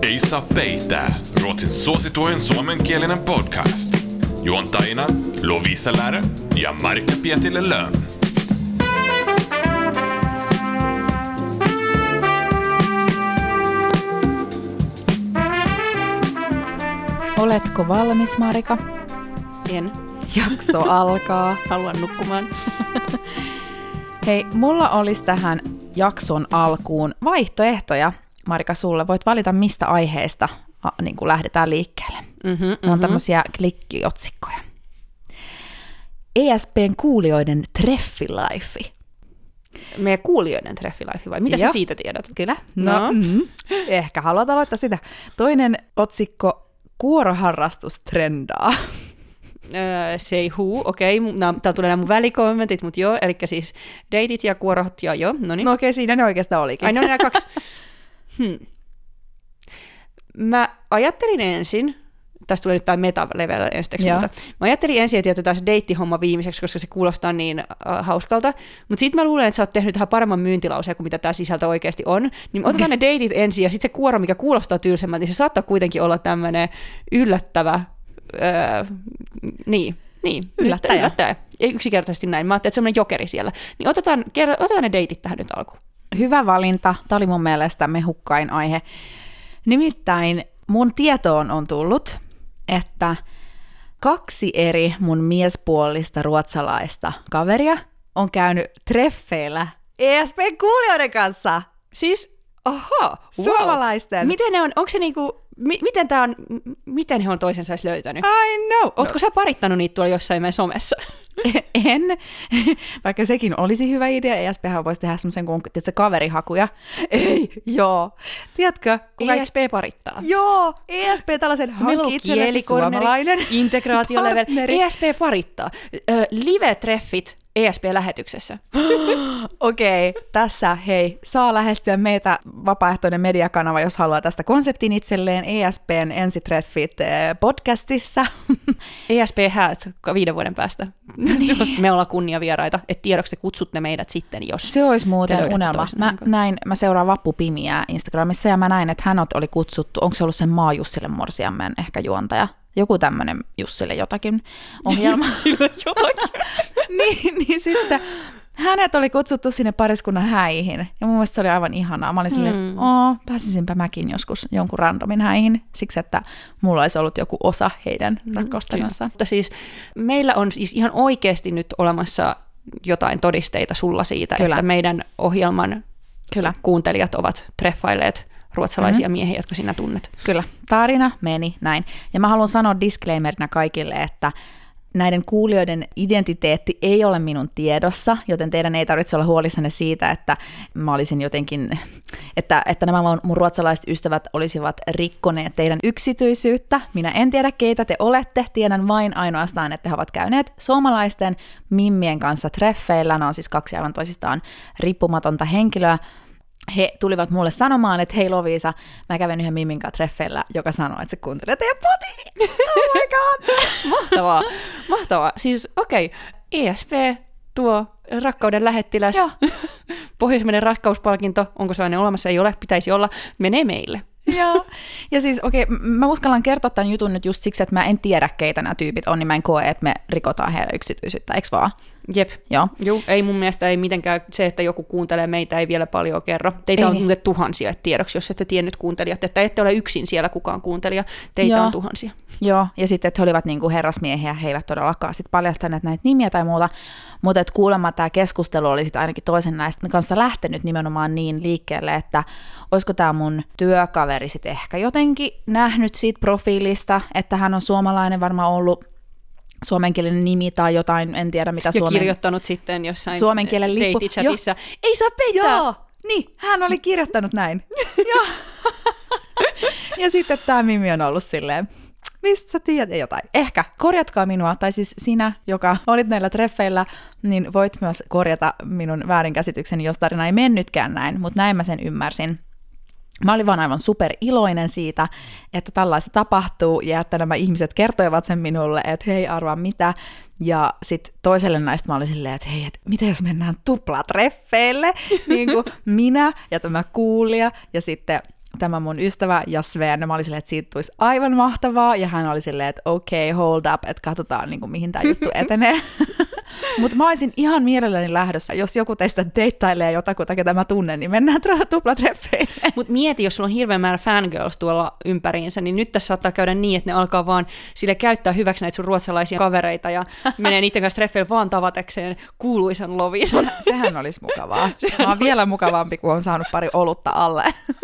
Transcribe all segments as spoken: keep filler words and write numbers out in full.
Ei saa peittää, Ruotsin suosituin suomenkielinen podcast. Juontajina Lovisa Lärä ja Marika Pietille-Lönn. Oletko valmis, Marika? En. Jakso alkaa. Haluan nukkumaan. Hei, mulla olisi tähän jakson alkuun vaihtoehtoja. Marika, sulle voit valita, mistä aiheesta a, niin kuin lähdetään liikkeelle. Mm-hmm, mm-hmm. On tämmöisiä klikkiotsikkoja. E S P:n kuulijoiden treffilaifi. Meidän kuulijoiden treffilaifi vai? Mitä Joo. sä siitä tiedät? Kyllä. No. no mm-hmm. Ehkä haluat aloittaa sitä. Toinen otsikko, kuoroharrastus trendaa. Öö, say who, okei. Okay. No, täällä tulee nämä mun välikommentit, mutta joo, eli siis deitit ja kuorohot ja joo, no niin. No okei, okay, siinä ne oikeastaan olikin. Ai no nämä kaksi. Hmm. Mä ajattelin ensin, tästä tulee nyt tämä meta-level ensiksi, mutta mä ajattelin ensin, että jätetään se deittihomma viimeiseksi, koska se kuulostaa niin äh, hauskalta, mutta sitten mä luulen, että sä oot tehnyt tähän paremman myyntilauseen kuin mitä tämä sisältö oikeasti on, niin otetaan ne deitit ensin, ja sitten se kuoro, mikä kuulostaa tylsemmältä, niin se saattaa kuitenkin olla tämmöinen yllättävä, öö, niin, niin, yllättäjä. yllättäjä. Ei yksinkertaisesti näin, mä ajattelin, että semmoinen jokeri siellä. Niin otetaan, otetaan ne deitit tähän nyt alkuun. Hyvä valinta. Tämä oli mun mielestä mehukkain aihe. Nimittäin mun tietoon on tullut, että kaksi eri mun miespuolista ruotsalaista kaveria on käynyt treffeillä E S P-kuulijoiden kanssa. Siis, aha, wow. Suomalaisten. Miten ne on, onko se niinku, mi, miten tää on, miten he on toisensa edes löytänyt? I know. Ootko no. sä parittanut niitä tuolla jossain meidän somessa? En, vaikka sekin olisi hyvä idea. E S P:hän voisi tehdä semmoisen kuin, tiedätkö, kaverihakuja. Ei, joo. Tiedätkö? Kun E S P parittaa. Joo, E S P tällaisen hankki itsellesi suomalainen. Integraatiolevel. E S P parittaa. Ö, live-treffit E S P-lähetyksessä. Okei, okay, tässä hei, saa lähestyä meitä vapaaehtoinen mediakanava, jos haluaa tästä konseptin itselleen. E S P:n ensitreffit podcastissa. E S P häät viiden vuoden päästä. Niin. Me ollaan kunniavieraita, että tiedoksi te kutsutte meidät sitten, jos se olisi muuten unelma. Mä, näin, mä seuraan Vappu Pimiää Instagramissa ja mä näin, että hän oli kutsuttu, onko se ollut sen Maa Jussille Morsiammen ehkä juontaja? Joku tämmöinen Jussille jotakin ohjelma. Jussille jotakin. niin, niin sitten hänet oli kutsuttu sinne pariskunnan häihin. Ja mun mielestä se oli aivan ihanaa. Mä olin silleen, että mm. oo, pääsisinpä mäkin joskus jonkun randomin häihin. Siksi, että mulla olisi ollut joku osa heidän mm, rakkaustarinassa. Mutta siis meillä on siis ihan oikeasti nyt olemassa jotain todisteita sulla siitä, Kyllä. että meidän ohjelman Kyllä. kuuntelijat ovat treffailleet ruotsalaisia mm-hmm. miehiä, jotka sinä tunnet. Kyllä, tarina meni näin. Ja mä haluan sanoa disclaimerina kaikille, että näiden kuulijoiden identiteetti ei ole minun tiedossa, joten teidän ei tarvitse olla huolissanne siitä, että mä olisin jotenkin, että, että nämä mun ruotsalaiset ystävät olisivat rikkoneet teidän yksityisyyttä. Minä en tiedä, keitä te olette, tiedän vain ainoastaan, että he ovat käyneet suomalaisten mimmien kanssa treffeillä. Ne on siis kaksi aivan toisistaan riippumatonta henkilöä. He tulivat mulle sanomaan, että hei Lovisa, mä kävin yhden Mimin kanssa treffeillä, joka sanoi, että se kuuntelee teidän podi. Oh my god! Mahtavaa, mahtavaa. Siis okei, okay. E S P tuo rakkauden lähettiläs, pohjoismainen rakkauspalkinto, onko sellainen olemassa, ei ole, pitäisi olla, menee meille. Joo, ja siis okei, okay, mä uskallan kertoa tämän jutun nyt just siksi, että mä en tiedä, keitä nämä tyypit on, niin mä en koe, että me rikotaan heidän yksityisyyttä, eikö vaan? Jep. Joo. Joo, ei mun mielestä ei mitenkään se, että joku kuuntelee meitä, ei vielä paljon kerro. Teitä ei. on muuten tuhansia, että tiedoksi, jos ette tiennyt kuuntelijat, että ette ole yksin siellä kukaan kuuntelija, teitä Joo. on tuhansia. Joo, ja sitten, että he olivat niin kuin herrasmiehiä, he eivät todellakaan sit paljastaneet näitä nimiä tai muuta, mutta että kuulemma tämä keskustelu oli sitten ainakin toisen näistä kanssa lähtenyt nimenomaan niin liikkeelle, että olisiko tämä mun työkaveri sitten ehkä jotenkin nähnyt siitä profiilista, että hän on suomalainen, varmaan ollut suomenkielinen nimi tai jotain, en tiedä mitä ja suomen... Ja kirjoittanut sitten jossain suomen kielen lippu. date-chatissa, ei saa peittää! Joo, niin, hän oli kirjoittanut näin. Joo. Ja sitten tämä Mimi on ollut silleen, mistä sä tiedät jotain? Ehkä, korjatkaa minua, tai siis sinä, joka olit näillä treffeillä, niin voit myös korjata minun väärinkäsitykseni, jos tarina ei mennytkään näin, mutta näin mä sen ymmärsin. Mä olin vaan aivan super iloinen siitä, että tällaista tapahtuu ja että nämä ihmiset kertoivat sen minulle, että hei arvaa mitä. Ja sitten toiselle näistä mä olin silleen, että hei, että mitä jos mennään tuplatreffeille, niin kuin minä ja tämä kuulija ja sitten tämä mun ystävä ja Sven, mä olin silleen, että siitä tulisi aivan mahtavaa, ja hän oli silleen, että okei, okay, hold up, että katsotaan niin kuin, mihin tämä juttu etenee. Mutta mä olisin ihan mielelläni lähdössä, jos joku teistä deittailee jotakuta, ketä mä tunnen, niin mennään tuplatreffeille. Mutta mieti, jos sulla on hirveän määrä fangirls tuolla ympäriinsä, niin nyt tässä saattaa käydä niin, että ne alkaa vaan sille käyttää hyväksi näitä sun ruotsalaisia kavereita ja menee niiden kanssa treffeille vaan tavatekseen kuuluisan Lovisan. Sehän olisi mukavaa. Mä oon vielä mukavampi, kun on saanut pari olutta alle.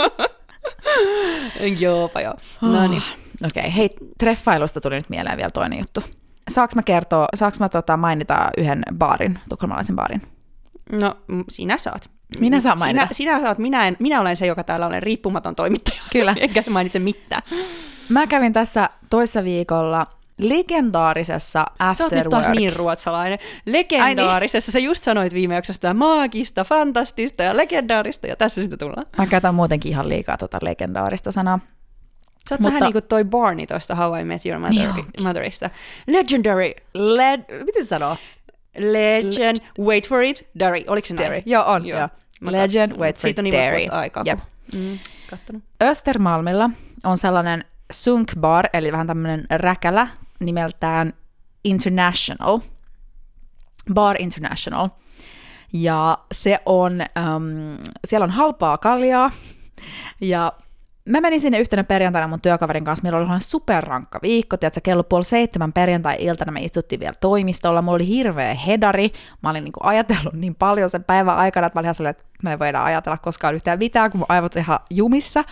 Joopa joo. No niin. Okei, okay, hei, treffailusta tuli nyt mieleen vielä toinen juttu. Saanko mä kertoa, saanko mä tota mainita yhden baarin, tukholmalaisen baarin? No, sinä saat. Minä saan mainita. Sinä, sinä saat, minä, en, minä olen se, joka täällä olen riippumaton toimittaja. Kyllä. Enkä mainitse mitään. Mä kävin tässä toissa viikolla legendaarisessa After Sä oot nyt taas niin ruotsalainen. Legendaarisessa, niin. Sä just sanoit viime jaksossa sitä maagista, fantastista ja legendaarista, ja tässä sitä tullaan. Mä käytän muutenkin ihan liikaa tota legendaarista sanaa. Sä oot Mutta... vähän niin kuin toi Barney toista How I Met Your Mother, Motherista. Legendary. Led... Miten sanoo? Legend, Le- wait for it, dairy. Oliko se näin? Joo, on. Joo. Joo. Legend, kat... wait for it, dairy. Siitä on niin aikaa. Yep. Mm, kattonut. Östermalmilla on sellainen sunkbar, eli vähän tämmöinen räkälä, nimeltään International. Bar International. Ja se on, um, siellä on halpaa kaljaa, ja mä menin sinne yhtenä perjantaina mun työkaverin kanssa, meillä oli ihan superrankka viikko, tiedätkö, kello puoli seitsemän perjantai-iltana me istuttiin vielä toimistolla, mulla oli hirveä hedari, mä olin niinku ajatellut niin paljon sen päivän aikana, että mä olin ihan sellainen, että mä en voida ajatella koskaan yhtään mitään, kun mun aivot ihan jumissa.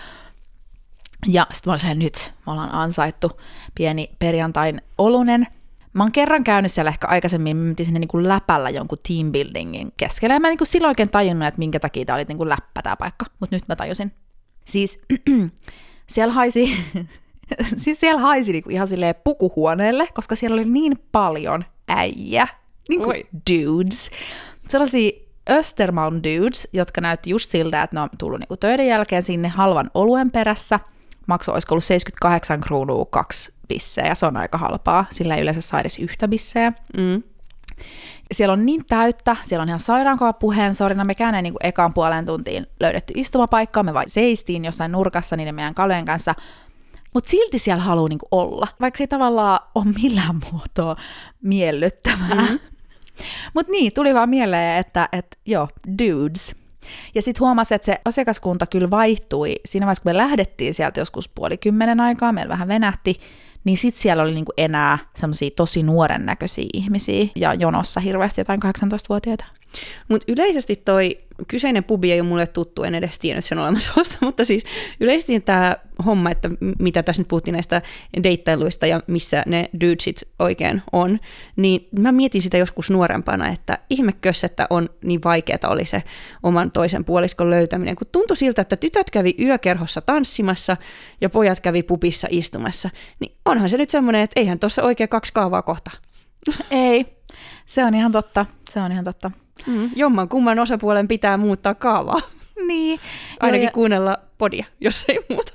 Ja sitten mä olin sellainen, nyt me ollaan ansaittu pieni perjantain olunen. Mä oon kerran käynyt siellä ehkä aikaisemmin, mä mentiin sinne niinku läpällä jonkun teambuildingin keskellä, ja mä en niinku silloin oikein tajunnut, että minkä takia tää oli niinku läppä tää paikka, mutta nyt mä tajusin. Siis siellä haisi, siis siellä haisi niinku ihan silleen pukuhuoneelle, koska siellä oli niin paljon äijä, niinku Oi. dudes, sellaisia Östermalm dudes, jotka näytti just siltä, että ne on tullut niinku töiden jälkeen sinne halvan oluen perässä, maksoi olisiko ollut seitsemänkymmentäkahdeksan kruunua kaksi bisseä, ja se on aika halpaa, sillä ei yleensä saa edes yhtä bisseä. Mm. Siellä on niin täyttä, siellä on ihan sairaankova puheensorina, mekään ei niin kuin ekaan puoleen tuntiin löydetty istumapaikkaa, me vain seistiin jossain nurkassa niiden meidän kalojen kanssa, mutta silti siellä haluaa niin kuin olla, vaikka se ei tavallaan ole millään muotoa miellyttävää. Mm-hmm. Mutta niin, tuli vaan mieleen, että, että joo, dudes. Ja sitten huomasi, että se asiakaskunta kyllä vaihtui. Siinä vaiheessa, kun me lähdettiin sieltä joskus puoli kymmenen aikaa, meillä vähän venähti, niin sitten siellä oli niinku enää semmoisia tosi nuoren näköisiä ihmisiä ja jonossa hirveästi jotain kahdeksantoistavuotiaita. Mutta yleisesti toi kyseinen pubi ei ole mulle tuttu, en edes tiennyt sen olemassaolosta, mutta siis yleisesti tämä homma, että mitä tässä nyt puhuttiin näistä deittailuista ja missä ne dudesit oikein on, niin mä mietin sitä joskus nuorempana, että ihmekös, että on niin vaikeaa oli se oman toisen puoliskon löytäminen, kun tuntui siltä, että tytöt kävi yökerhossa tanssimassa ja pojat kävi pubissa istumassa, niin onhan se nyt semmoinen, että eihän tuossa oikein kaksi kaavaa kohta. Ei, se on ihan totta, se on ihan totta. Mm, jomman kumman osapuolen pitää muuttaa kaavaa. Niin. Ainakin ja... kuunnella podia, jos ei muuta.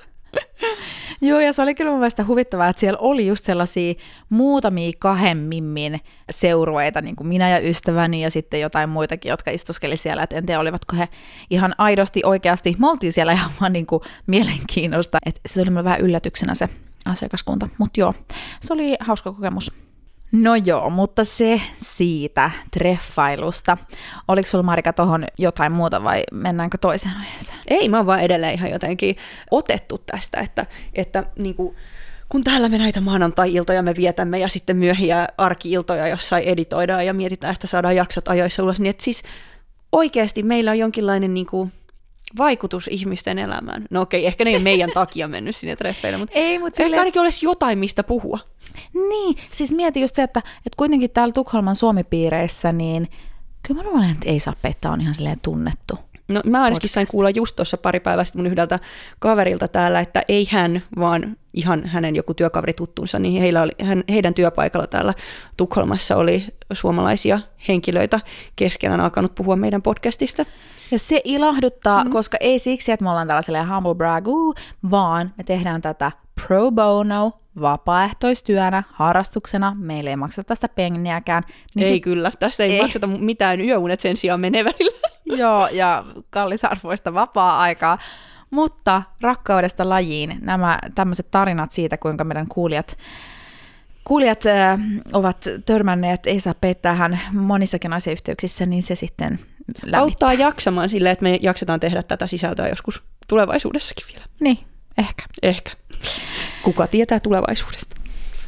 Joo, ja se oli kyllä mun mielestä huvittavaa, että siellä oli just sellaisia muutamia kahemmimmin seurueita, niin kuin minä ja ystäväni, ja sitten jotain muitakin, jotka istuskeli siellä, että en tiedä, olivatko he ihan aidosti, oikeasti, me oltiin siellä ihan vaan niin kuin mielenkiinnosta, että se oli mulle vähän yllätyksenä se asiakaskunta, mutta joo, se oli hauska kokemus. No joo, mutta se siitä treffailusta. Oliko sulla, Marika, tohon jotain muuta vai mennäänkö toiseen aiheeseen? Ei, mä oon vaan edelleen ihan jotenkin otettu tästä, että, että niin kuin, kun täällä me näitä maanantai-iltoja me vietämme ja sitten myöhiä arki-iltoja jossain editoidaan ja mietitään, että saadaan jaksot ajoissa ulos, niin että siis oikeasti meillä on jonkinlainen niin kuin vaikutus ihmisten elämään. No okei, ehkä ne ei meidän takia mennyt sinne treffeille, mutta, ei, mutta ehkä sille... ainakin olisi jotain, mistä puhua. Niin, siis mieti just se, että, että kuitenkin täällä Tukholman Suomi-piireissä, niin kyllä mä luulen, että ei saa pettää, on ihan silleen tunnettu. No mä ainakin sain kuulla just tuossa pari päivää sitten mun yhdeltä kaverilta täällä, että ei hän, vaan ihan hänen joku työkaveri tuttunsa, niin heillä oli, hän, heidän työpaikalla täällä Tukholmassa oli suomalaisia henkilöitä keskenään alkanut puhua meidän podcastista. Ja se ilahduttaa, mm-hmm. koska ei siksi, että me ollaan tällaisella humble brag, uh, vaan me tehdään tätä pro bono, vapaaehtoistyönä, harrastuksena, meille ei makseta tästä penniäkään. Niin ei sit... kyllä, tästä ei, ei makseta mitään, yöunet sen sijaan menee välillä. Joo, ja kallisarvoista vapaa-aikaa. Mutta rakkaudesta lajiin nämä tämmöiset tarinat siitä, kuinka meidän kuulijat, kuulijat äh, ovat törmänneet, ei saa peittää hän monissakin asiayhteyksissä, niin se sitten lämmittää. Auttaa jaksamaan silleen, että me jaksetaan tehdä tätä sisältöä joskus tulevaisuudessakin vielä. Niin, ehkä. Ehkä. Kuka tietää tulevaisuudesta?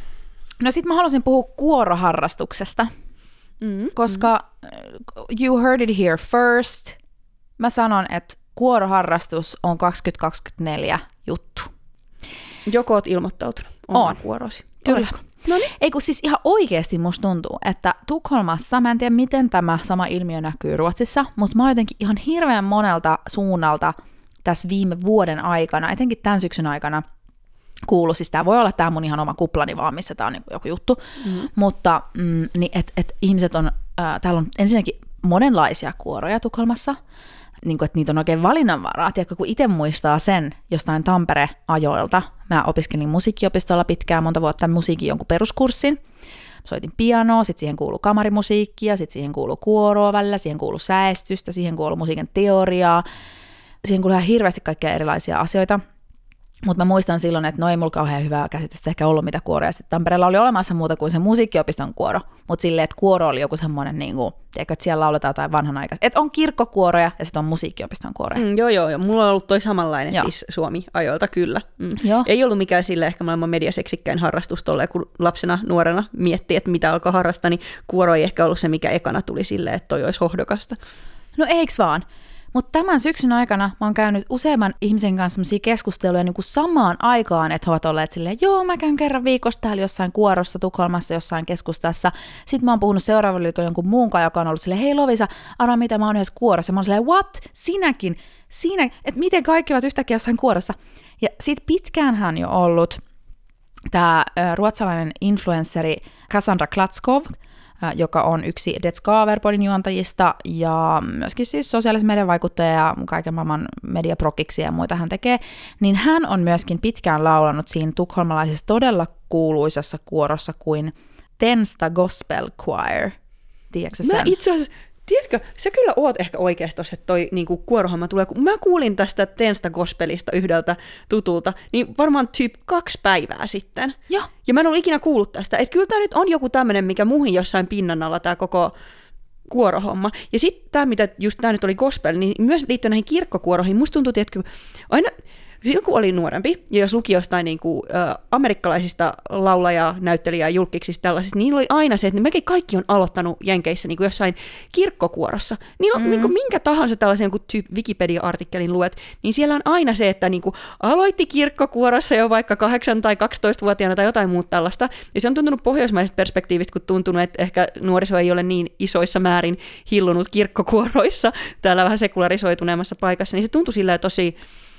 No sit mä halusin puhua kuoroharrastuksesta, mm-hmm. koska you heard it here first. Mä sanon, että kuoroharrastus on kaksituhattakaksikymmentäneljä juttu. Joko oot ilmoittautunut omaan kuorosi? Kyllä. Noniin. Ei kun siis ihan oikeasti musta tuntuu, että Tukholmassa, mä en tiedä miten tämä sama ilmiö näkyy Ruotsissa, mutta mä oon jotenkin ihan hirveän monelta suunnalta tässä viime vuoden aikana, etenkin tämän syksyn aikana, kuulu, siis tämä voi olla tämä mun ihan oma kuplani vaan, missä tämä on niin joku juttu, mm-hmm. mutta mm, niin et, et ihmiset on, äh, täällä on ensinnäkin monenlaisia kuoroja Tukholmassa, niin kuin, että niitä on oikein valinnanvaraa. Tiedätkö, kun itse muistaa sen jostain Tampere-ajoilta, mä opiskelin musiikkiopistolla pitkään monta vuotta musiikin jonkun peruskurssin, soitin pianoa, sitten siihen kuului kamarimusiikkia, sitten siihen kuului kuoroa välillä, siihen kuului säestystä, siihen kuului musiikin teoriaa, siihen kuului ihan hirveästi kaikkia erilaisia asioita. Mutta mä muistan silloin, että no ei mulla kauhean hyvää käsitystä ehkä ollut mitä kuoroja. Sitten Tampereella oli olemassa muuta kuin se musiikkiopiston kuoro, mutta silleen, että kuoro oli joku semmoinen, niin kuin, tiedätkö, että siellä lauletaan jotain vanhanaikaista. Että on kirkkokuoroja ja sitten on musiikkiopiston kuoroja. Mm, joo, joo, joo. Mulla on ollut toi samanlainen joo. siis Suomi-ajoilta, kyllä. Mm. Ei ollut mikään sille ehkä maailman mediaseksikkäin harrastus tolleen, kun lapsena, nuorena miettii, että mitä alkoi harrastaa, niin kuoro ei ehkä ollut se, mikä ekana tuli silleen, että toi olisi hohdokasta. No eiks vaan? Mutta tämän syksyn aikana mä oon käynyt useamman ihmisen kanssa sellaisia keskusteluja niin kuin samaan aikaan, että he ovat olleet silleen, joo, mä käyn kerran viikossa täällä jossain kuorossa, Tukholmassa, jossain keskustassa. Sitten mä oon puhunut seuraavalla viikolla jonkun muun kanssa, joka on ollut silleen, hei Lovisa, arvaa mitä mä oon yhdessä kuorossa. Mä oon silleen, what? Sinäkin? Sinä? Että miten kaikki ovat yhtäkkiä jossain kuorossa? Ja sit pitkäänhän jo ollut tää ruotsalainen influenssari Cassandra Klatskov, joka on yksi Det Skaver-podin juontajista ja myöskin siis sosiaalisen median vaikuttaja ja kaiken maailman mediaprokiksi ja muita hän tekee, niin hän on myöskin pitkään laulanut siinä tukholmalaisessa todella kuuluisassa kuorossa kuin Tensta Gospel Choir. Tiedätkö sen? Mä itse asiassa, tiedätkö, sä kyllä oot ehkä oikeassa tossa, että toi niinku, kuorohomma tulee, kun mä kuulin tästä Tensta Gospelista yhdeltä tutulta, niin varmaan tyyp kaksi päivää sitten. Joo. Ja mä en ollut ikinä kuullut tästä. Että kyllä tää nyt on joku tämmönen, mikä muhin jossain pinnan alla tää koko kuorohomma. Ja sitten tämä, mitä just tää nyt oli gospel, niin myös liittyen näihin kirkkokuoroihin, musta tuntuu, että aina silloin kun olin nuorempi, ja jos luki jostain niin kuin, ä, amerikkalaisista laulajaa, näyttelijää, julkiksista tällaisista, niin oli aina se, että ne melkein kaikki on aloittanut Jenkeissä niin kuin jossain kirkkokuorossa. Niin on, mm. niin kuin minkä tahansa tällaisen jonkun tyyp- Wikipedia-artikkelin luet, niin siellä on aina se, että niin kuin, aloitti kirkkokuorossa jo vaikka kahdeksan- tai kaksitoistavuotiaana tai jotain muuta tällaista. Ja se on tuntunut pohjoismaisesta perspektiivistä, kun tuntunut, että ehkä nuoriso ei ole niin isoissa määrin hillunut kirkkokuoroissa täällä vähän sekularisoituneemmassa paikassa, niin se tuntui silleen tosi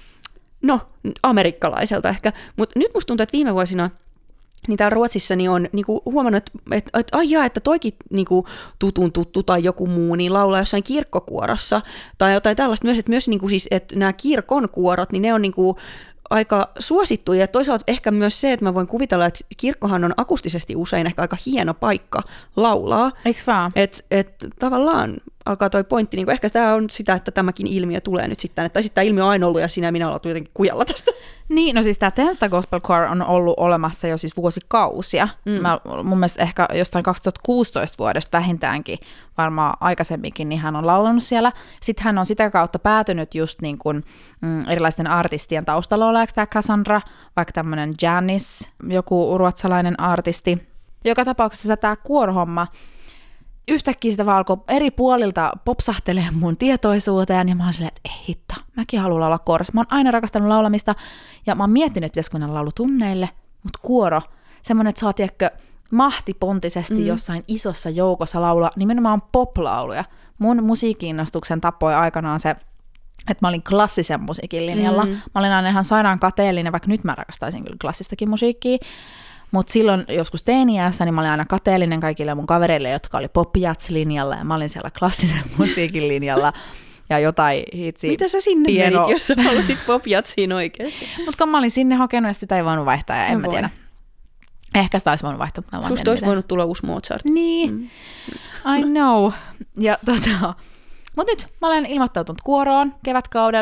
no, amerikkalaiselta ehkä, mutta nyt musta tuntuu, että viime vuosina niin täällä Ruotsissa niin on niinku huomannut, että, että, että ai jaa, että toikin niinku tutun tuttu tai joku muu niin laulaa jossain kirkkokuorossa tai jotain tällaista myös, että myös niinku siis, että nämä kirkon kuorot, niin ne on niinku aika suosittuja ja toisaalta ehkä myös se, että mä voin kuvitella, että kirkkohan on akustisesti usein ehkä aika hieno paikka laulaa. Eiks vaan? Että et, tavallaan alkaa toi pointti, niin ehkä tämä on sitä, että tämäkin ilmiö tulee nyt sitten, tai sitten tämä ilmiö on aina ollut ja sinä ja minä ollaan jotenkin kujalla tästä. Niin, no siis tämä Tensta Gospel Choir on ollut olemassa jo siis vuosikausia. Mm. Mä, mun mielestä ehkä jostain kaksituhattakuusitoista vuodesta vähintäänkin, varmaan aikaisemminkin, niin hän on laulanut siellä. Sitten hän on sitä kautta päätynyt just niin kuin mm, erilaisten artistien taustalla oleeksi tämä Cassandra, vaikka tämmöinen Janis, joku ruotsalainen artisti. Joka tapauksessa tämä kuorohomma, yhtäkkiä sitä vaan alkoi eri puolilta popsahtelee mun tietoisuuteen, ja mä oon silleen, että ei hitto, mäkin haluan laulaa kuorossa. Mä oon aina rakastanut laulamista, ja mä oon miettinyt, että pitäisikö mennä laulutunneille, mutta kuoro, semmoinen, että sä oot, tiedätkö, mahtipontisesti mm. jossain isossa joukossa laulaa, nimenomaan poplauluja. Mun musiikkiinnostuksen tappoi aikanaan se, että mä olin klassisen musiikin linjalla. Mm. Mä olin aina ihan sairaan kateellinen, vaikka nyt mä rakastaisin kyllä klassistakin musiikkia. Mutta silloin joskus teini-iässä, niin mä olin aina kateellinen kaikille mun kavereille, jotka oli pop-jats-linjalla, ja mä olin siellä klassisen musiikin linjalla, ja jotain hitsi. Mitä sä sinne pieno... menit, jos sä halusit pop-jatsiin oikeasti? Mutta kun mä olin sinne hakenut, ja sitä ei voinut vaihtaa, ja en no mä tiedä. Ehkä sitä olisi voinut vaihtaa, mutta mä vaan susta olisi voinut tulla uusi Mozart. Niin, mm. I know. Ja tota... Mutta nyt mä olen ilmoittautunut kuoroon kevätkaudelle,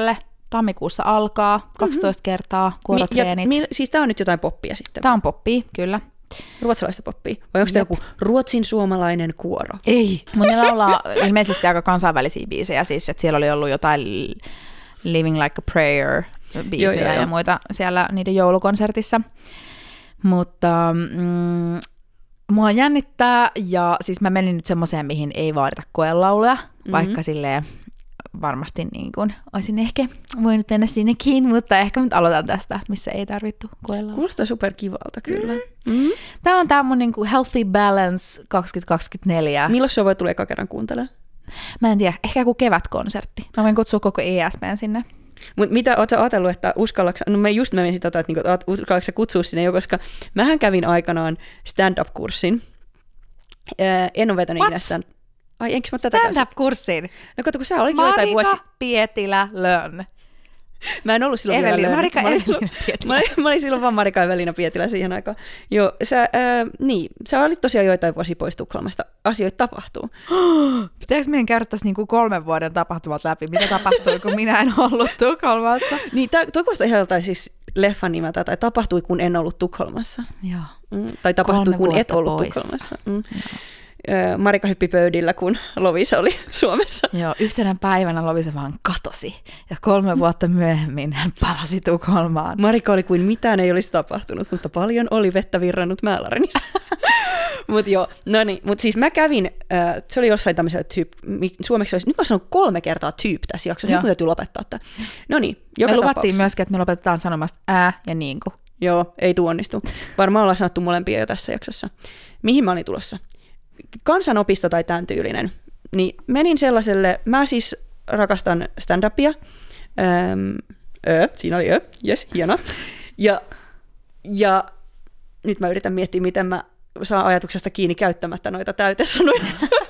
tammikuussa alkaa, kaksitoista mm-hmm. kertaa kuorotreenit. Mi- ja, mi- siis tää on nyt jotain poppia sitten? Tää on poppia, kyllä. Ruotsalaista poppia? Vai onko tämä joku ruotsin suomalainen kuoro? Ei. Mutta ne laulaa ilmeisesti aika kansainvälisiä biisejä, siis että siellä oli ollut jotain Living Like a Prayer biisejä joo, joo, ja joo. muita siellä niiden joulukonsertissa. Mutta mm, mua jännittää, ja siis mä menin nyt semmoiseen, mihin ei vaadita koelauluja, mm-hmm. vaikka silleen varmasti niin kuin olisin ehkä voinut mennä sinnekin, mutta ehkä nyt aloitan tästä, missä ei tarvittu koelaulua. Kuulostaa superkivalta kyllä. Mm-hmm. Tämä on tämä mun niin kuin Healthy Balance kaksituhattakaksikymmentäneljä. Milloin se voi tulla eka kerran kuuntelemaan? Mä en tiedä, ehkä joku kevätkonsertti. Mä voin kutsua koko E S P:n sinne. Mutta mitä, ootko sä ajatellut, että uskallatko, no mä just mä menisin tota, että niinku, uskallatko sä kutsua sinne jo, koska mähän kävin aikanaan stand-up-kurssin. Äh, en ole vetänyt ikinä stand... Ai, enkö mä tätä stand-up-kurssin? No kato, kun sä olit jotain vuosi... Marika Pietilä Lönn. Mä en ollut silloin Evelina, vielä Marika mä olin, Evelina Pietilä. Mä olin, mä olin silloin vaan Marika Evelina Pietilä siihen aikaan. Joo, sä, äh, niin, sä olit tosiaan joitain vuosia pois Tukholmasta. Asioita tapahtuu. Pitääkö meidän käydä tässä niinku kolmen vuoden tapahtumat läpi? Mitä tapahtui, kun minä en ollut Tukholmassa? Niin, toi kuulostaa ihan jotain siis leffan nimeltä, tai tapahtui, kun en ollut Tukholmassa. Joo. Mm, tai tapahtui, Kolme kun et ollut poissa. Tukholmassa. Mm. Marika hyppi pöydillä, kun Lovisa oli Suomessa. Joo, yhtenä päivänä Lovisa vaan katosi, ja kolme vuotta myöhemmin hän palasi Tukholmaan. Marika oli kuin mitään ei olisi tapahtunut, mutta paljon oli vettä virrannut Mälärinissa. Mutta joo, no niin, mutta siis mä kävin, äh, se oli jossain tämmöisellä tyyp, suomeksi olisi, nyt mä sanon kolme kertaa tyyp tässä jaksossa, nyt mun täytyy lopettaa tämä. No niin, joka me luvattiin tapauksessa. myöskin, että me lopetetaan sanomasta ää ja niinku. Joo, ei tuu onnistu. Varmaan ollaan sanottu molempia jo tässä jaksossa. Mihin mä olin tulossa? Kansanopisto tai tämän tyylinen. Niin menin sellaiselle, mä siis rakastan stand-upia. Öm, ö, siinä oli ö, jes, hieno. Ja, ja nyt mä yritän miettiä, miten mä saan ajatuksesta kiinni käyttämättä noita täytesanoja.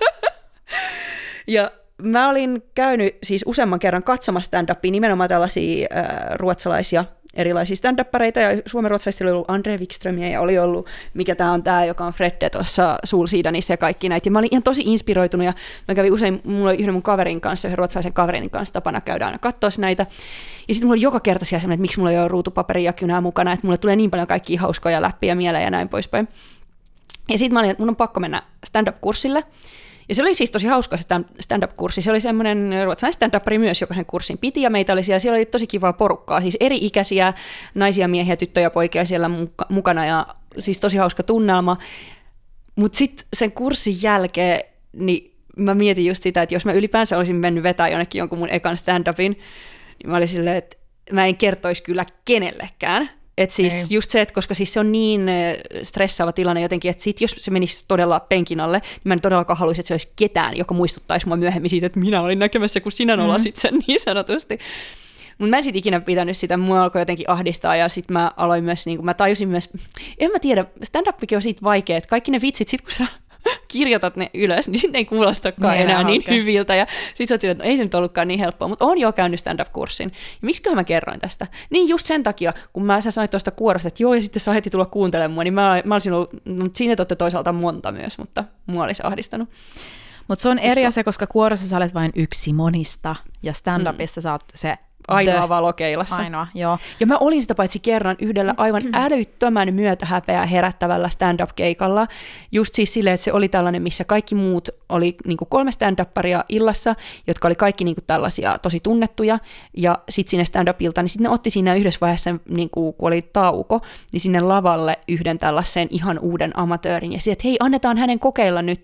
Ja mä olin käynyt siis useamman kerran katsomassa stand-upia, nimenomaan tällaisia äh, ruotsalaisia erilaisia stand-uppareita, ja suomenruotsalaisista oli ollut Andre Wikströmiä, ja oli ollut, mikä tämä on tämä, joka on Fredde tuossa Solsidanissa ja kaikki näitä. Ja mä olin ihan tosi inspiroitunut, ja mä kävin usein, mulla oli yhden mun kaverin kanssa, yhden ruotsalaisen kaverin kanssa tapana käydä aina katsoa näitä. Ja sitten mulla oli joka kerta siellä semmoinen, että miksi mulla ei ole ruutupaperi ja kynää mukana, että mulle tulee niin paljon kaikkia hauskoja läppiä mieleen ja näin poispäin. Ja sitten mä olin, että mun on pakko mennä stand-up-kurssille. Ja se oli siis tosi hauska se stand-up-kurssi. Se oli semmoinen ruotsalainen stand-upari myös, joka sen kurssin piti, ja meitä oli siellä, siellä oli tosi kivaa porukkaa, siis eri-ikäisiä naisia, miehiä, tyttöjä, poikia siellä mukana, ja siis tosi hauska tunnelma. Mutta sitten sen kurssin jälkeen, niin mä mietin just sitä, että jos mä ylipäänsä olisin mennyt vetää jonnekin jonkun mun ekan stand-upin, niin mä olin silleen, että mä en kertoisi kyllä kenellekään. Että siis ei. Just se, että koska siis se on niin stressaava tilanne jotenkin, että sit jos se menisi todella penkin alle, niin mä en todellakaan haluaisi, että se olisi ketään, joka muistuttaisi mua myöhemmin siitä, että minä olin näkemässä, kun sinä nolasit sen niin sanotusti. Mutta mä en sitten ikinä pitänyt sitä, mua alkoi jotenkin ahdistaa, ja sitten mä aloin myös, niin kun mä tajusin myös, en mä tiedä, stand-upikin on siitä vaikea, että kaikki ne vitsit, sit kun sä kirjoitat ne ylös, niin sitten ei kuulostakaan niin, enää niin hyviltä, ja sitten sä oot silleen, että no, ei se nyt ollutkaan niin helppoa, mutta oon jo käynyt stand-up-kurssin. Ja miksiköhän mä kerroin tästä? Niin just sen takia, kun mä sä sanoit tuosta kuorosta, että joo, ja sitten sä heti tulla kuuntelemaan mua, niin mä, mä olisin ollut, mutta siinä te olette toisaalta monta myös, mutta mua olisi ahdistanut. Mutta se on eri asia, koska kuorossa sä olet vain yksi monista, ja stand-upissa mm. sä oot se ainoa valokeilassa. Ainoa, joo. Ja mä olin sitä paitsi kerran yhdellä aivan älyttömän myötähäpeää herättävällä stand-up-keikalla. Just siis silleen, että se oli tällainen, missä kaikki muut oli niin kuin kolme stand-upparia illassa, jotka oli kaikki niin kuin tällaisia tosi tunnettuja. Ja sitten sinne stand-up-iltaan, niin sitten ne otti siinä yhdessä vaiheessa, niin kuin, kun oli tauko, niin sinne lavalle yhden tällaisen ihan uuden amatöörin. Ja sitten, että hei, annetaan hänen kokeilla nyt.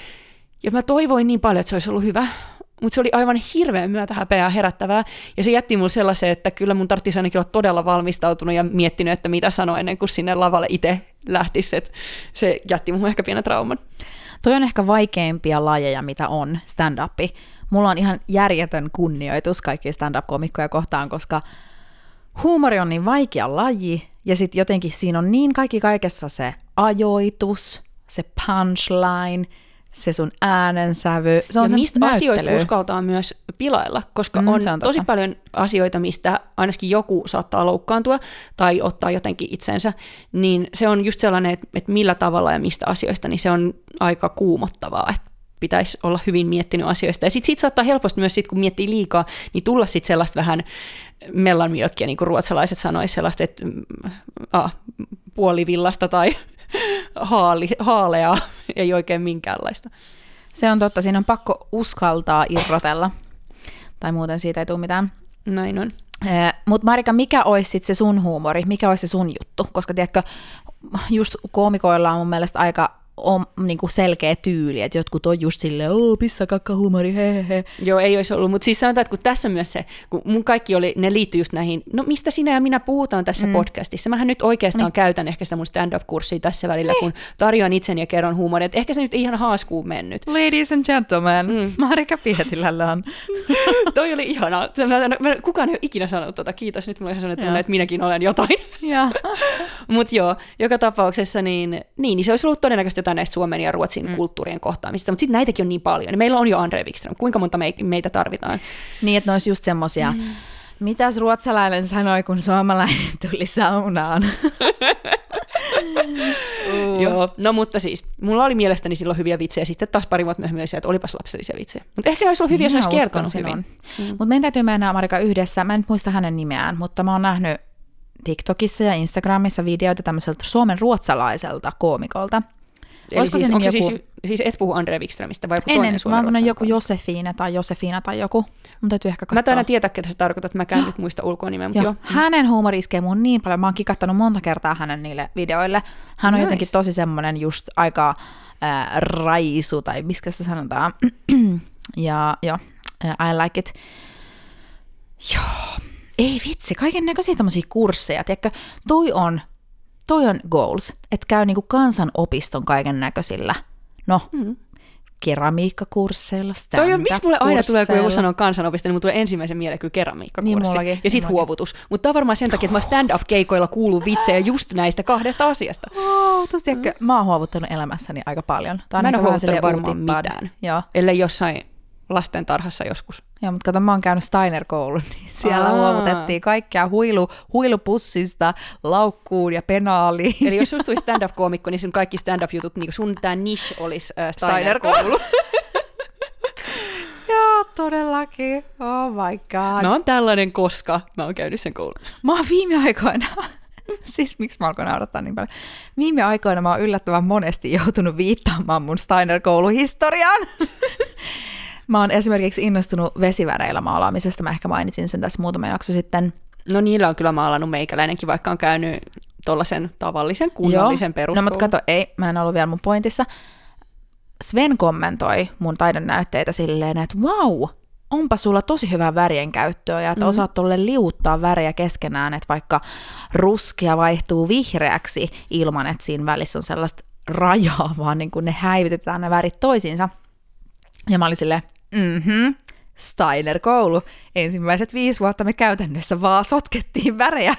Ja mä toivoin niin paljon, että se olisi ollut hyvä. Mutta se oli aivan hirveän myötähäpeää herättävää, ja se jätti mulle sellaisen, että kyllä mun tarvitsisi ainakin olla todella valmistautunut ja miettinyt, että mitä sanoa ennen kuin sinne lavalle itse lähtisi, että se jätti mun ehkä pienen trauman. Toi on ehkä vaikeimpia lajeja, mitä on stand-upi. Mulla on ihan järjetön kunnioitus kaikkia stand-up-komikkoja kohtaan, koska huumori on niin vaikea laji, ja sitten jotenkin siinä on niin kaikki kaikessa se ajoitus, se punchline, se sun äänensävy. Se on ja mistä näyttelyä. Asioista uskaltaa myös pilailla, koska mm, on, on tosi paljon asioita, mistä ainakin joku saattaa loukkaantua tai ottaa jotenkin itsensä, niin se on just sellainen, että, että millä tavalla ja mistä asioista, niin se on aika kuumottavaa. pitäisi olla hyvin miettinyt asioista. Ja sitten sit saattaa helposti myös, sit, kun miettii liikaa, niin tulla sitten sellaista vähän mellanmjölkkiä, niin kuin ruotsalaiset sanoisivat, sellaista, että ah, puolivillasta tai haali, haaleaa, ei oikein minkäänlaista. Se on totta, siinä on pakko uskaltaa irrotella, tai muuten siitä ei tule mitään. Näin on. Eh, Mutta Marika, mikä olisi sit se sun huumori, mikä olisi se sun juttu? Koska tiedätkö, just koomikoilla on mun mielestä aika on niinku selkeä tyyli, että jotkut on just silleen, oo, pissakakka-huumori, hehehe. Joo, ei olisi ollut, mutta siis sanotaan, että kun tässä on myös se, kun mun kaikki oli, ne liittyy just näihin, no mistä sinä ja minä puhutaan tässä mm. podcastissa. Mähän nyt oikeastaan niin. käytän ehkä sitä mun stand-up-kurssia tässä välillä, niin. kun tarjoan itseni ja kerron huumoria, että ehkä se nyt ihan haaskuun mennyt. Ladies and gentlemen, mm. Marika Pietilällä on. Toi oli ihanaa. Kukaan ei ole ikinä sanonut tota, kiitos, nyt mulla on sellainen tunne, että minäkin olen jotain. Mutta joo, joka tapauksessa niin, niin, niin se olisi ollut todennäköisesti jotain näistä Suomen ja Ruotsin mm. kulttuurien kohtaamisista, mutta sitten näitäkin on niin paljon. Niin meillä on jo Andre Wikström. Kuinka monta me, meitä tarvitaan? Niin, että ne olisi just semmoisia. Mm. Mitäs ruotsalainen sanoi, kun suomalainen tuli saunaan? uh. Joo, no mutta siis, mulla oli mielestäni silloin hyviä vitsejä, sitten taas pari vuotta myöhemmin että olipas lapsellisia vitsejä. Mutta ehkä olisi ollut hyviä, jos olisi kertonut hyvin. Mm. Mutta meidän täytyy mennä, Marika, yhdessä. Mä en nyt muista hänen nimeään, mutta mä oon nähnyt TikTokissa ja Instagramissa videoita tämmöiseltä suomen ruotsalaiselta koomikolta. Eli siis, onko joku... siis, siis et puhu Andre Wikströmistä vai joku Ennen, toinen suomen ruotsalainen? Joku Josefine tai Josefina tai joku. Mun täytyy ehkä katsoa. Mä taidan tietää, ketä se tarkoittaa, että mä käyn nyt muista ulkoa nimeä. Mutta jo. Hänen huumori iskee mun niin paljon. Mä oon kikattanut monta kertaa hänen niille videoille. Hän on nice. Jotenkin tosi semmoinen just aika äh, raisu, tai miskä sitä sanotaan. ja joo, I like it. Joo, ei vitsi, kaiken näköisiä tämmöisiä kursseja. Tiedätkö, toi on... Toi on goals, että käy niinku kansanopiston kaiken näköisillä, no, mm. keramiikkakursseilla, stand-up-kursseilla. Miksi mulle aina tulee, kun joku sanoo kansanopisto, niin mun tulee ensimmäisen mieleen kyllä keramiikkakurssi. Niin ja sit huovutus. Mutta tämä on varmaan sen takia, että mä stand-up-keikoilla kuuluu vitsejä just näistä kahdesta asiasta. Oh, tosi, mm. Mä oon huovuttanut elämässäni aika paljon. Mä en ole huovuttanut varmaan mitään, Joo. ellei jossain lastentarhassa joskus. Joo, mutta kato, mä oon käynyt Steiner-koulun, niin siellä Aa. huovutettiin kaikkea huilu, huilupussista, laukkuun ja penaaliin. Eli jos susta tuli stand-up-koomikko, niin sun kaikki stand-up-jutut, niin sun tää niche olisi äh, Steiner-koulu. Joo, todellakin. Oh my god. Mä oon tällainen, koska mä oon käynyt sen koulun. Mä oon viime aikoina... Siis miksi mä alkoin naurattaa niin paljon? Viime aikoina mä oon yllättävän monesti joutunut viittaamaan mun Steiner-kouluhistoriaan. Mä oon esimerkiksi innostunut vesiväreillä maalaamisesta, mä ehkä mainitsin sen tässä muutama jakso sitten. No niillä on kyllä maalannut meikäläinenkin, vaikka on käynyt tollaisen tavallisen kunnollisen peruskoulun. No mutta kato, ei, mä en ollut vielä mun pointissa. Sven kommentoi mun taidon näytteitä silleen, että vau, onpa sulla tosi hyvää värien käyttöä ja että mm-hmm. osaat tolle liuuttaa värejä keskenään, että vaikka ruskea vaihtuu vihreäksi ilman, että siinä välissä on sellaista rajaa, vaan niin kun ne häivytetään ne värit toisiinsa. Ja mä olin silleen, mhm, Steiner-koulu. Ensimmäiset viisi vuotta me käytännössä vaan sotkettiin värejä.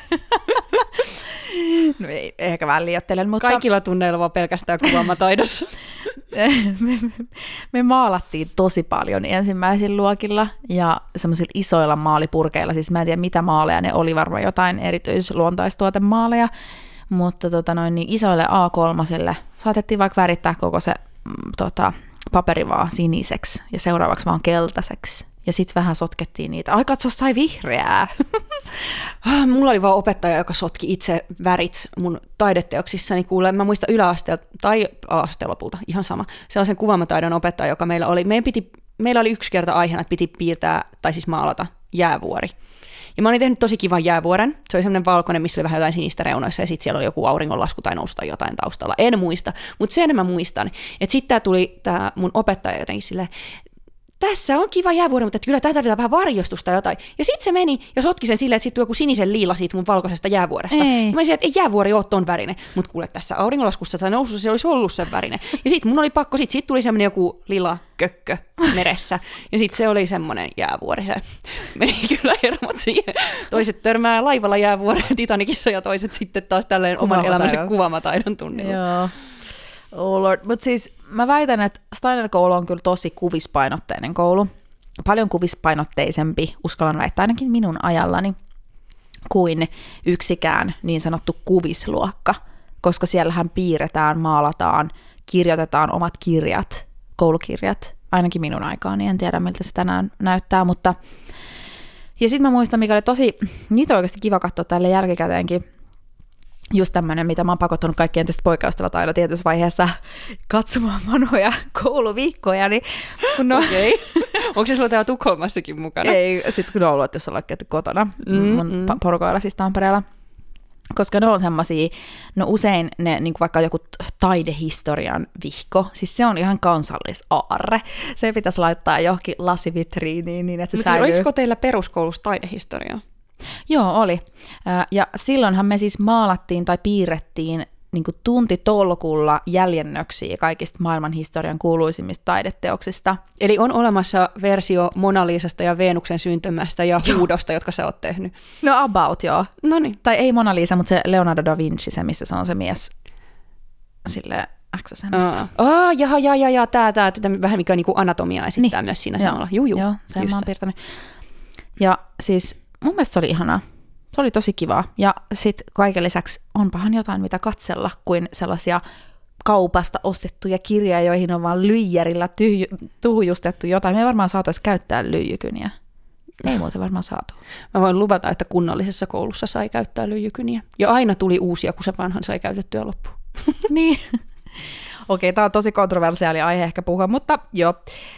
No ei, ehkä vähän liioittelen, mutta... Kaikilla tunneilla vaan pelkästään kuvaamataidossa. me, me, me maalattiin tosi paljon ensimmäisillä luokilla ja semmoisilla isoilla maalipurkeilla. Siis mä en tiedä mitä maaleja ne oli, varmaan jotain erityisluontaistuotemaaleja. Mutta tota noin, niin isoille A kolme saatettiin vaikka värittää koko se... Mm, tota, paperi vaan siniseksi ja seuraavaksi vaan keltaiseksi. Ja sitten vähän sotkettiin niitä. Ai katso, sai vihreää. Mulla oli vaan opettaja, joka sotki itse värit mun taideteoksissani. Kuule, mä muistan yläasteelta tai alasteen lopulta, ihan sama. Sellaisen kuvaamataidon opettaja, joka meillä oli. Meidän piti, meillä oli yksi kerta aiheena, että piti piirtää tai siis maalata jäävuori. Ja mä olin tehnyt tosi kivan jäävuoren. Se oli semmoinen valkoinen, missä oli vähän jotain sinistä reunoissa, ja sitten siellä oli joku auringonlasku tai nousu tai jotain taustalla. En muista, mutta sen mä muistan. Että sitten tää tuli tää mun opettaja jotenkin silleen, tässä on kiva jäävuori, mutta kyllä tää tarvitaan vähän varjostusta jotain. Ja sitten se meni ja sotki sen silleen, että sitten tuli joku sinisen liila siitä mun valkoisesta jäävuoresta. Ei. Ja mä olisin, että ei jäävuori ole ton värinen. Mutta kuule, tässä auringonlaskussa tai nousussa se olisi ollut sen värinen. Ja sitten mun oli pakko, sitten sit tuli semmoinen joku lila kökkö meressä. Ja sitten se oli semmoinen jäävuori. Se meni kyllä hermot siihen. Toiset törmää laivalla jäävuoreen Titanicissa ja toiset sitten taas tälleen oman elämänsä kuvaamataidon tunnilla. Joo. Oh Lord. Mutta siis mä väitän, että Steiner-koulu on kyllä tosi kuvispainotteinen koulu. Paljon kuvispainotteisempi, uskallan väittää ainakin minun ajallani, kuin yksikään niin sanottu kuvisluokka. Koska siellähän piirretään, maalataan, kirjoitetaan omat kirjat koulukirjat, ainakin minun aikaan, niin en tiedä miltä se tänään näyttää, mutta ja sitten mä muistan, mikä oli tosi, niitä on oikeasti kiva katsoa tälle jälkikäteenkin, just tämmöinen, mitä mä oon pakottanut kaikki entiset poikaystävät aina tietyssä vaiheessa katsomaan vanhoja kouluviikkoja, niin kun no, okei. Onko se sulla täällä Tukholmassakin mukana? Ei, sit kun on ollut, että jos ollaan käyty kotona mm, mun mm. porukoilla siis Tampereella, koska ne on semmosia, no usein ne, niin kuin vaikka joku taidehistorian vihko, siis se on ihan kansallisaarre. Se pitäisi laittaa johonkin lasivitriiniin niin, että se Mutta säilyy. oliko teillä peruskoulussa taidehistoriaa? Joo, oli. Ja silloinhan me siis maalattiin tai piirrettiin niin kuin tuntitolkulla jäljennöksiä kaikista maailmanhistorian kuuluisimmista taideteoksista. Eli on olemassa versio Mona Lisasta ja Veenuksen syntymästä ja Huudosta, jotka sä oot tehnyt. No about, joo. Noniin. Tai ei Mona Lisa, mutta se Leonardo da Vinci, se missä se on se mies silleen X-asennossa. Ah, jaha, jaha, jaha, tää, tää, tätä vähän mikä niinku anatomiaa esittää niin. Myös siinä joo. Samalla. Juu, juu. Joo, sen mä oon piirtänyt. Ja siis mun mielestä se oli ihanaa. Se oli tosi kivaa. Ja sitten kaiken lisäksi onpahan jotain, mitä katsella, kuin sellaisia kaupasta ostettuja kirjoja, joihin on vaan lyijärillä tyhj- tuhjustettu jotain. Me ei varmaan saataisi käyttää lyijykyniä. Ei muuten varmaan saatu. Mä voin luvata, että kunnallisessa koulussa sai käyttää lyijykyniä. Ja aina tuli uusia, kun se vanhan sai käytettyä loppuun. Niin. Okei, tää on tosi kontroversiaali aihe ehkä puhua, mutta joo.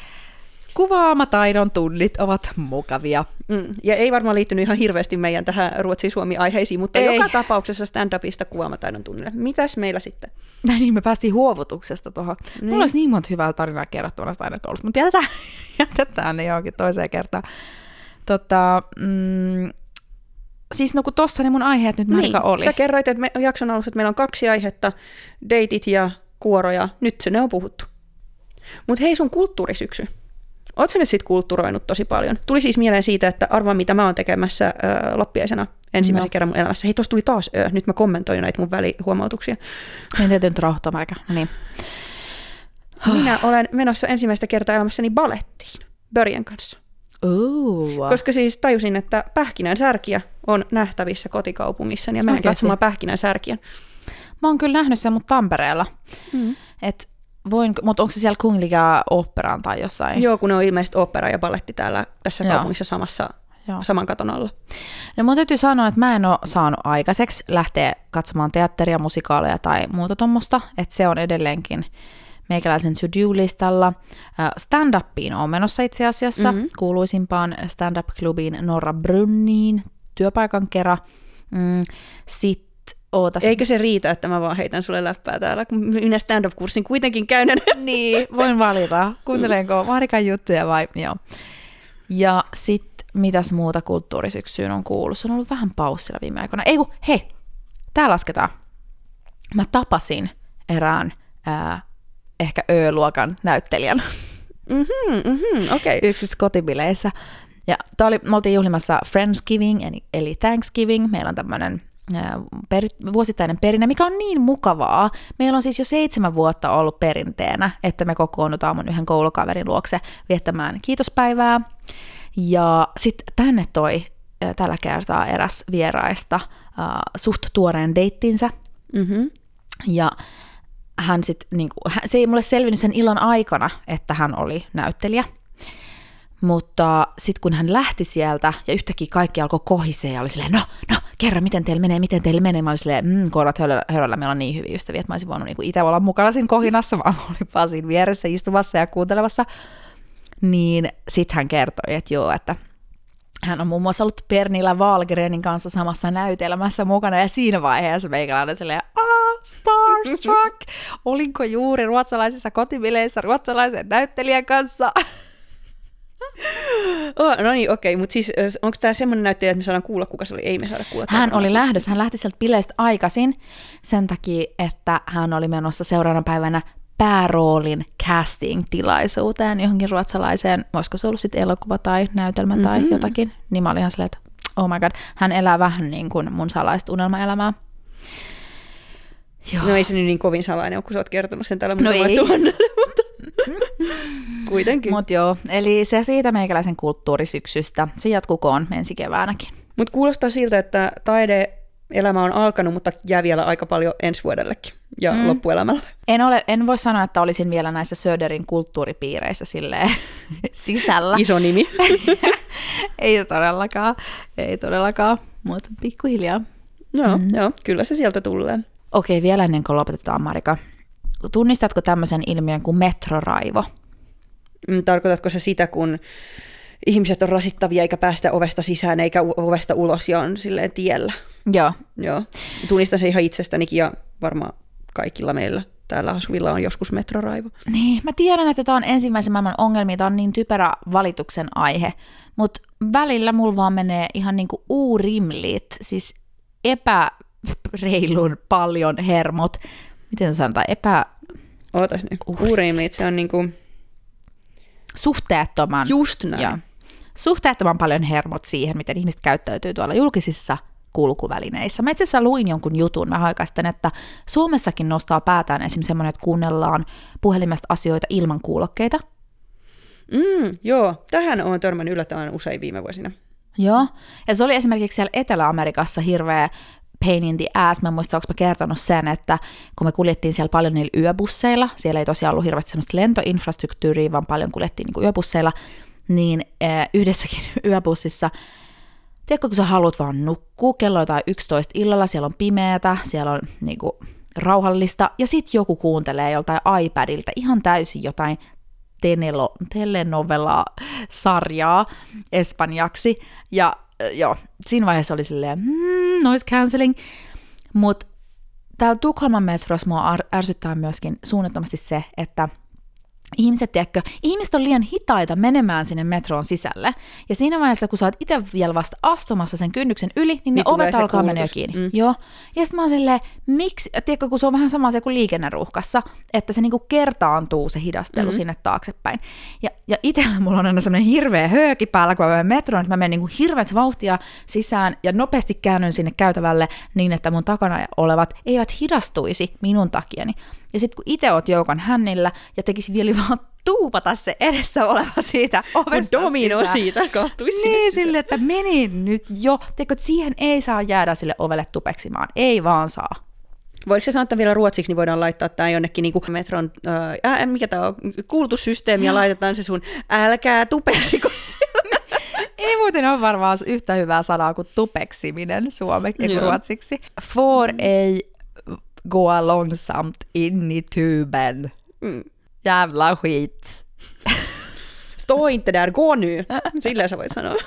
Kuvaamataidon tunnit ovat mukavia. Mm. Ja ei varmaan liittynyt ihan hirveästi meidän tähän Ruotsi-Suomi-aiheisiin, mutta ei. Joka tapauksessa stand-upista kuvaamataidon tunnille. Mitäs meillä sitten? Näin niin, me päästiin huovutuksesta tuohon. Niin. Mulla olisi niin monta hyvää tarinaa kerrottavana taidekoulusta, mutta jätetään, jätetään ne johonkin toiseen kertaan. Tota, mm, siis no kun tossa ne mun aiheet nyt Marika niin. oli. Sä kerroit, että me, jakson alussa, että meillä on kaksi aihetta, deitit ja kuoroja. Nyt se ne on puhuttu. Mutta hei, sun kulttuurisyksy. Ootko sä nyt sit kultturoinut tosi paljon? Tuli siis mieleen siitä, että arvaa mitä mä oon tekemässä ö, loppiaisena ensimmäisen no. kerran mun elämässä. Hei, tuossa tuli taas ö. Nyt mä kommentoin näitä mun välihuomautuksia. En täytyy nyt rauhoittaa, Marika. No niin. Minä olen menossa ensimmäistä kertaa elämässäni balettiin Börjen kanssa. Ooh. Koska siis tajusin, että Pähkinän särkiä on nähtävissä kotikaupungissa, ja menen Oikeasti. katsomaan Pähkinän särkiä. Mä oon kyllä nähnyt sen, mutta Tampereella. Mm. Et voin, mutta onko se siellä Kungliga Operaan tai jossain? Joo, kun ne on ilmeisesti opera ja baletti täällä tässä Joo. kaupungissa samassa, Joo. saman katon alla. No mun täytyy sanoa, että mä en ole saanut aikaiseksi lähteä katsomaan teatteria, musikaaleja tai muuta tommosta, että se on edelleenkin meikäläisen to-do-listalla. Stand-upiin on menossa itse asiassa, mm-hmm. kuuluisimpaan stand-up-klubiin Norra Brunniin, työpaikan kera. Mm, Sitten Ootas. Eikö se riitä, että mä vaan heitän sulle läppää täällä, kun minä stand-up-kurssin kuitenkin käyn. Niin, voin valita. Kuuntelenko Marikan juttuja vai? Joo. Ja sitten mitäs muuta kulttuurisyksyyn on kuullut? Se on ollut vähän paussilla viime aikoina. Ei kun, hei, tää lasketaan. Mä tapasin erään ää, ehkä Ö-luokan näyttelijän. Mhm, mhm, okei. Okay. Yksissä kotibileissä. Ja tää oli, me oltiin juhlimassa Friendsgiving, eli Thanksgiving. Meillä on tämmönen Per, vuosittainen perinne, mikä on niin mukavaa. Meillä on siis jo seitsemän vuotta ollut perinteenä, että me kokoonnutaan mun yhden koulukaverin luokse viettämään kiitospäivää. Ja sitten tänne toi äh, tällä kertaa eräs vieraista äh, suht tuoreen deittinsä. Mm-hmm. Ja hän sit, niinku, se ei mulle selvinnyt sen illan aikana, että hän oli näyttelijä. Mutta sitten kun hän lähti sieltä ja yhtäkkiä kaikki alkoi kohisee ja oli silleen, no, no, kerro, miten teillä menee, miten teillä menee. Mä olin silleen, mmm, korvat höröllä, meillä on niin hyviä ystäviä, että mä olisin voinut niinku itse olla mukana siinä kohinassa, vaan mä olin vaan siinä vieressä istumassa ja kuuntelemassa. Niin sitten hän kertoi, että joo, että hän on muun muassa ollut Pernilla Wahlgrenin kanssa samassa näytelmässä mukana, ja siinä vaiheessa meikäläinen silleen, ah, starstruck, olinko juuri ruotsalaisissa kotibileissä ruotsalaisen näyttelijän kanssa? Oh, no niin, okei, mutta siis onko tämä semmoinen näyttelijä, että me saadaan kuulla, kuka se oli? Ei me saada kuulla. Hän oli lähdössä, hän lähti sieltä bileistä aikaisin sen takia, että hän oli menossa seuraavana päivänä pääroolin casting-tilaisuuteen johonkin ruotsalaiseen, voisiko se ollut sitten elokuva tai näytelmä mm-hmm. tai jotakin, niin mä olin ihan silleen, että oh my god, hän elää vähän niin kuin mun salaista unelmaelämää. Joo. No ei se nyt niin kovin salainen ole, kun sä oot kertonut sen täällä no ei. Tuhannelle, mutta kuitenkin. Mut joo, eli se siitä meikäläisen kulttuurisyksystä, se jatkukoon ensi keväänäkin. Mut kuulostaa siltä, että taide elämä on alkanut, mutta jää vielä aika paljon ensi vuodellekin ja mm. loppuelämällä. En, ole, en voi sanoa, että olisin vielä näissä Söderin kulttuuripiireissä silleen sisällä. Iso nimi. Ei todellakaan, ei todellakaan, mutta pikkuhiljaa. Joo, mm. joo, kyllä se sieltä tulee. Okei, vielä ennen kuin lopetetaan, Marika. Tunnistatko tämmöisen ilmiön kuin metroraivo? Tarkoitatko se sitä, kun ihmiset on rasittavia eikä päästä ovesta sisään eikä ovesta ulos ja on silleen tiellä? Joo. Joo. Tunnistan se ihan itsestänikin ja varmaan kaikilla meillä täällä asuvilla on joskus metroraivo. Niin, mä tiedän, että tämä on ensimmäisen maailman ongelmia, tämä on niin typerä valituksen aihe, mutta välillä mulla vaan menee ihan niinku uurimlit, siis epäreilun paljon hermot. Miten sanotaan? Epä... Ootas nyt. Uurimlit, se on niinku... Suhteettoman. Just näin. Joo. Suhteettoman paljon hermot siihen, miten ihmiset käyttäytyy tuolla julkisissa kulkuvälineissä. Mä itse asiassa luin jonkun jutun vähän aikaa sitten, että Suomessakin nostaa päätään esimerkiksi semmoinen, että kuunnellaan puhelimesta asioita ilman kuulokkeita. Mm, joo, tähän on törmännyt yllättävän usein viime vuosina. Joo, ja se oli esimerkiksi siellä Etelä-Amerikassa hirveä pain in the ass. Mä en muista, onko mä kertonut sen, että kun me kuljettiin siellä paljon niillä yöbusseilla, siellä ei tosiaan ollut hirveästi semmoista lentoinfrastruktuuria, vaan paljon kuljettiin niin kuin yöbusseilla, niin yhdessäkin yöbussissa, tiedätkö, kun sä haluat vaan nukkua, kello on jotain yksitoista illalla, siellä on pimeätä, siellä on niin kuin rauhallista, ja sit joku kuuntelee joltain iPadilta ihan täysin jotain tenelo, telenovela-sarjaa espanjaksi, ja joo, siinä vaiheessa oli silleen mm, noise cancelling, mutta täällä Tukholman metrossa mua ärsyttää myöskin suunnattomasti se, että ihmiset, tiedätkö, ihmiset on liian hitaita menemään sinne metroon sisälle, ja siinä vaiheessa, kun sä oot itse vielä vasta astumassa sen kynnyksen yli, niin, niin ne ovet alkaa mennä jo kiinni. Mm. Joo. Ja sitten mä oon silleen, miksi, tiedätkö, kun se on vähän sama asia kuin liikenneruuhkassa, että se niinku kertaantuu se hidastelu mm-hmm. sinne taaksepäin. Ja, ja itsellä mulla on aina semmoinen hirveä hööki päällä, kun mä menen metroon, että mä menen niinku hirveät vauhtia sisään ja nopeasti käännyn sinne käytävälle niin, että mun takana olevat eivät hidastuisi minun takiani. Ja sitten kun itse oot joukon hännillä ja tekisi vielä vaan tuupata se edessä oleva siitä ovesta domino sisään. Siitä kattuisi niin, sille, että meni nyt jo. Tiedätkö, että siihen ei saa jäädä sille ovelle tupeksimaan. Ei vaan saa. Voiko se sanoa, että vielä ruotsiksi, niin voidaan laittaa tämä jonnekin niin kuin metron, ää, mikä tämä on, kuulutussysteemi, ja laitetaan se sun älkää tupeksiko. Ei muuten ole varmaan yhtä hyvää sanaa kuin tupeksiminen suomeksi kuin ruotsiksi. For ei gå långsamt in i tuben. Mm. Jävla skit. Stå inte där, gå nu. Silleen sä voit sanoa.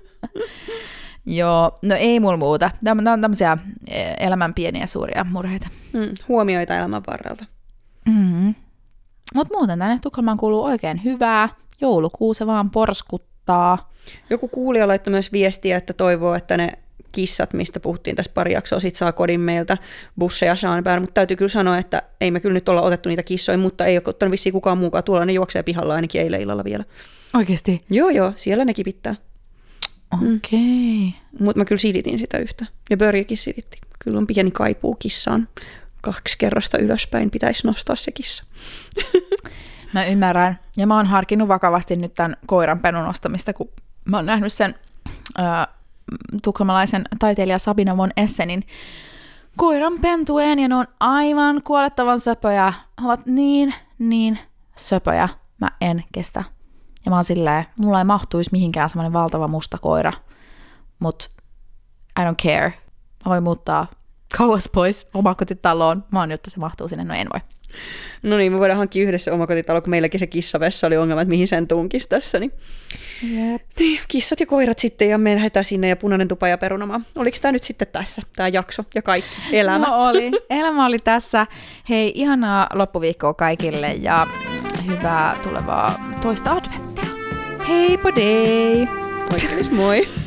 Joo, no ei mulla muuta. Nämä on tämmöisiä elämän pieniä suuria murheita. Mm, huomioita elämän varrelta. Mm-hmm. Mutta muuten tänne Tukholmaan kuuluu oikein hyvää. Joulukuu se vaan porskuttaa. Joku kuulija laittoi myös viestiä, että toivoo, että ne kissat, mistä puhuttiin tässä pari jaksoa, sit saa kodin meiltä busseja Saanpään, mutta täytyy kyllä sanoa, että ei me kyllä nyt olla otettu niitä kissoja, mutta ei ole ottanut vissiin kukaan muukaan. Tuolla ne juoksee pihalla ainakin eilen illalla vielä. Oikeesti? Joo, joo, siellä ne kipittää. Okei. Okay. Mutta mä kyllä silitin sitä yhtä. Ja Börjekin silitti. Kyllä on pieni kaipuu kissaan. Kaksi kerrosta ylöspäin pitäisi nostaa se kissa. Mä ymmärrän. Ja mä oon harkinnut vakavasti nyt tämän koiran penun ostamista, kun mä oon nähnyt sen Äh, tukholmalaisen taiteilija Sabina von Essenin koiran pentueen, ja ne on aivan kuolettavan söpöjä. He ovat niin, niin söpöjä. Mä en kestä. Ja mä oon silleen, mulla ei mahtuisi mihinkään semmoinen valtava musta koira, mut I don't care. Mä voin muuttaa kauas pois omakotitaloon, vaan jotta se mahtuu sinne, no en voi. No niin, me voidaan hankkia yhdessä omakotitalo, kun meilläkin se kissavessa oli ongelma, että mihin sen tunkisi tässä. Niin. Yep. Niin, kissat ja koirat sitten, ja me lähdetään sinne, ja punainen tupa ja perunamaa. Oliko tämä nyt sitten tässä, tämä jakso ja kaikki, elämä? No oli, elämä oli tässä. Hei, ihanaa loppuviikkoa kaikille, ja hyvää tulevaa toista adventtia. Hei, podei! Moikkelis, moi!